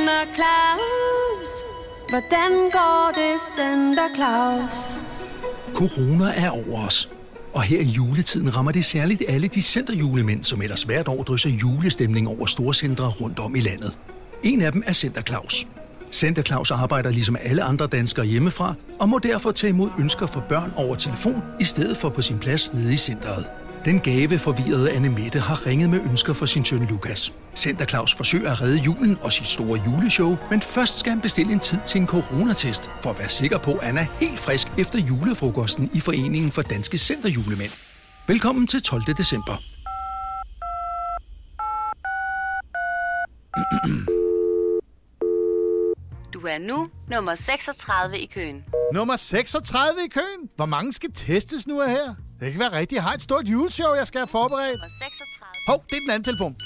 Santa Claus? Hvordan går det, Santa Claus? Corona er over os. Og her i juletiden rammer det særligt alle de centerjulemænd, som ellers hvert år drysser julestemning over storcentre rundt om i landet. En af dem er Santa Claus. Santa Claus arbejder ligesom alle andre danskere hjemmefra, og må derfor tage imod ønsker fra børn over telefon, i stedet for på sin plads nede i centret. Den gaveforvirrede Anne-Mette har ringet med ønsker for sin søn Lukas. Santa Claus forsøger at redde julen og sit store juleshow, men først skal han bestille en tid til en coronatest, for at være sikker på, at han er helt frisk efter julefrokosten i Foreningen for Danske Centerjulemænd. Velkommen til 12. december. Du er nu nummer 36 i køen. Nummer 36 i køen? Hvor mange skal testes nu her? Det kan være rigtigt. Jeg har et stort juleshow, jeg skal have forberedt. Nummer 36. Hov, det er den anden telefon.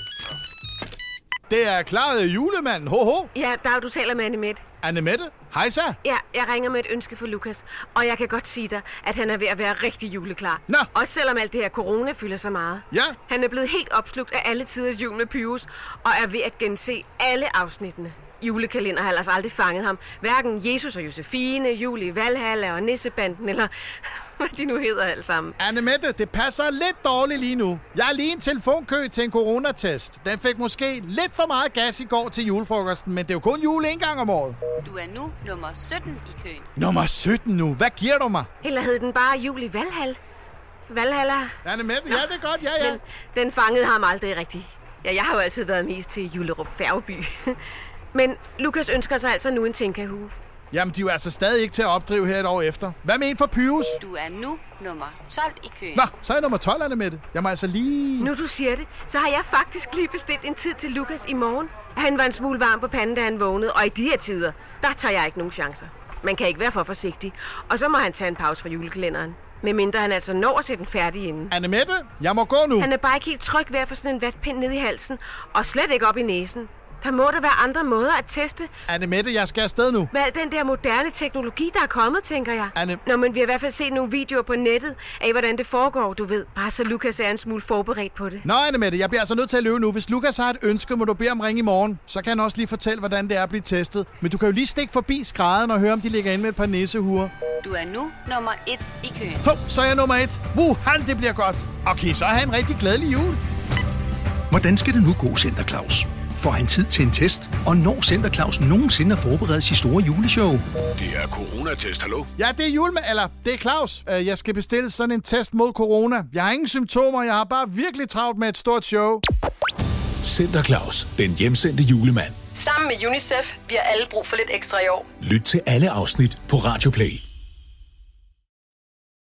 Det er klaret julemand. Ho. Ja, Dag, du taler med Anne-Mette. Anne-Mette? Hej så. Ja, jeg ringer med et ønske for Lukas, og jeg kan godt sige dig, at han er ved at være rigtig juleklar. Nå. Også selvom alt det her corona fylder så meget. Ja. Han er blevet helt opslugt af alle tiders jul med Pyrus, og er ved at gense alle afsnittene. Julekalender har ellers aldrig fanget ham. Hverken Jesus og Josefine, Jul i Valhalla og Nissebanden, eller hvad de nu hedder alle sammen. Anne-Mette, det passer lidt dårligt lige nu. Jeg er lige en telefonkø til en coronatest. Den fik måske lidt for meget gas i går til julefrokosten, men det er jo kun jul en gang om året. Du er nu nummer 17 i køen. Nummer 17 nu. Hvad giver du mig? Eller hed den bare Jul i Valhalla? Anne-Mette, ja, det er godt, ja. Men den fangede ham aldrig rigtigt. Ja, jeg har jo altid været mest til Julerup Færgeby. Men Lukas ønsker sig altså nu en Tinka-hue. Jamen, de er jo altså stadig ikke til at opdrive her et år efter. Hvad med en for Pyrus? Du er nu nummer 12 i køen. Nå, så er jeg nummer 12, Anne-Mette. Jeg må altså lige... Nu du siger det, så har jeg faktisk lige bestilt en tid til Lukas i morgen. Han var en smule varm på panden, da han vågnede, og i de her tider, der tager jeg ikke nogen chancer. Man kan ikke være for forsigtig. Og så må han tage en pause fra julekalenderen. Medmindre han altså når at sætte den færdig inden. Anne-Mette, jeg må gå nu. Han er bare ikke helt tryg ved at få sådan en vatpind ned i halsen, og slet ikke op i næsen. Der må der være andre måder at teste. Anne-Mette, jeg skal afsted nu. Med al den der moderne teknologi, der er kommet, tænker jeg. Nå, men vi har i hvert fald set nogle videoer på nettet af, hvordan det foregår, du ved. Bare så Lukas er en smule forberedt på det. Nå, Anne-Mette, jeg bliver altså nødt til at løbe nu. Hvis Lukas har et ønske, må du bede om ring i morgen. Så kan han også lige fortælle, hvordan det er at blive testet. Men du kan jo lige stikke forbi skrædderen og høre, om de ligger inde med et par nissehuer. Du er nu nummer 1 i køen. Hov, så er jeg nummer 1. Wuhan, det bliver godt. Okay, så have en rigtig glædelig jul. Hvordan skal det nu gå, Santa Claus? Får han tid til en test? Og når Santa Claus nogensinde at forberede sit store juleshow? Det er coronatest, hallo? Ja, det er det er Claus. Jeg skal bestille sådan en test mod corona. Jeg har ingen symptomer, jeg har bare virkelig travlt med et stort show. Santa Claus, den hjemsendte julemand. Sammen med UNICEF, vi har alle brug for lidt ekstra i år. Lyt til alle afsnit på Radio Play.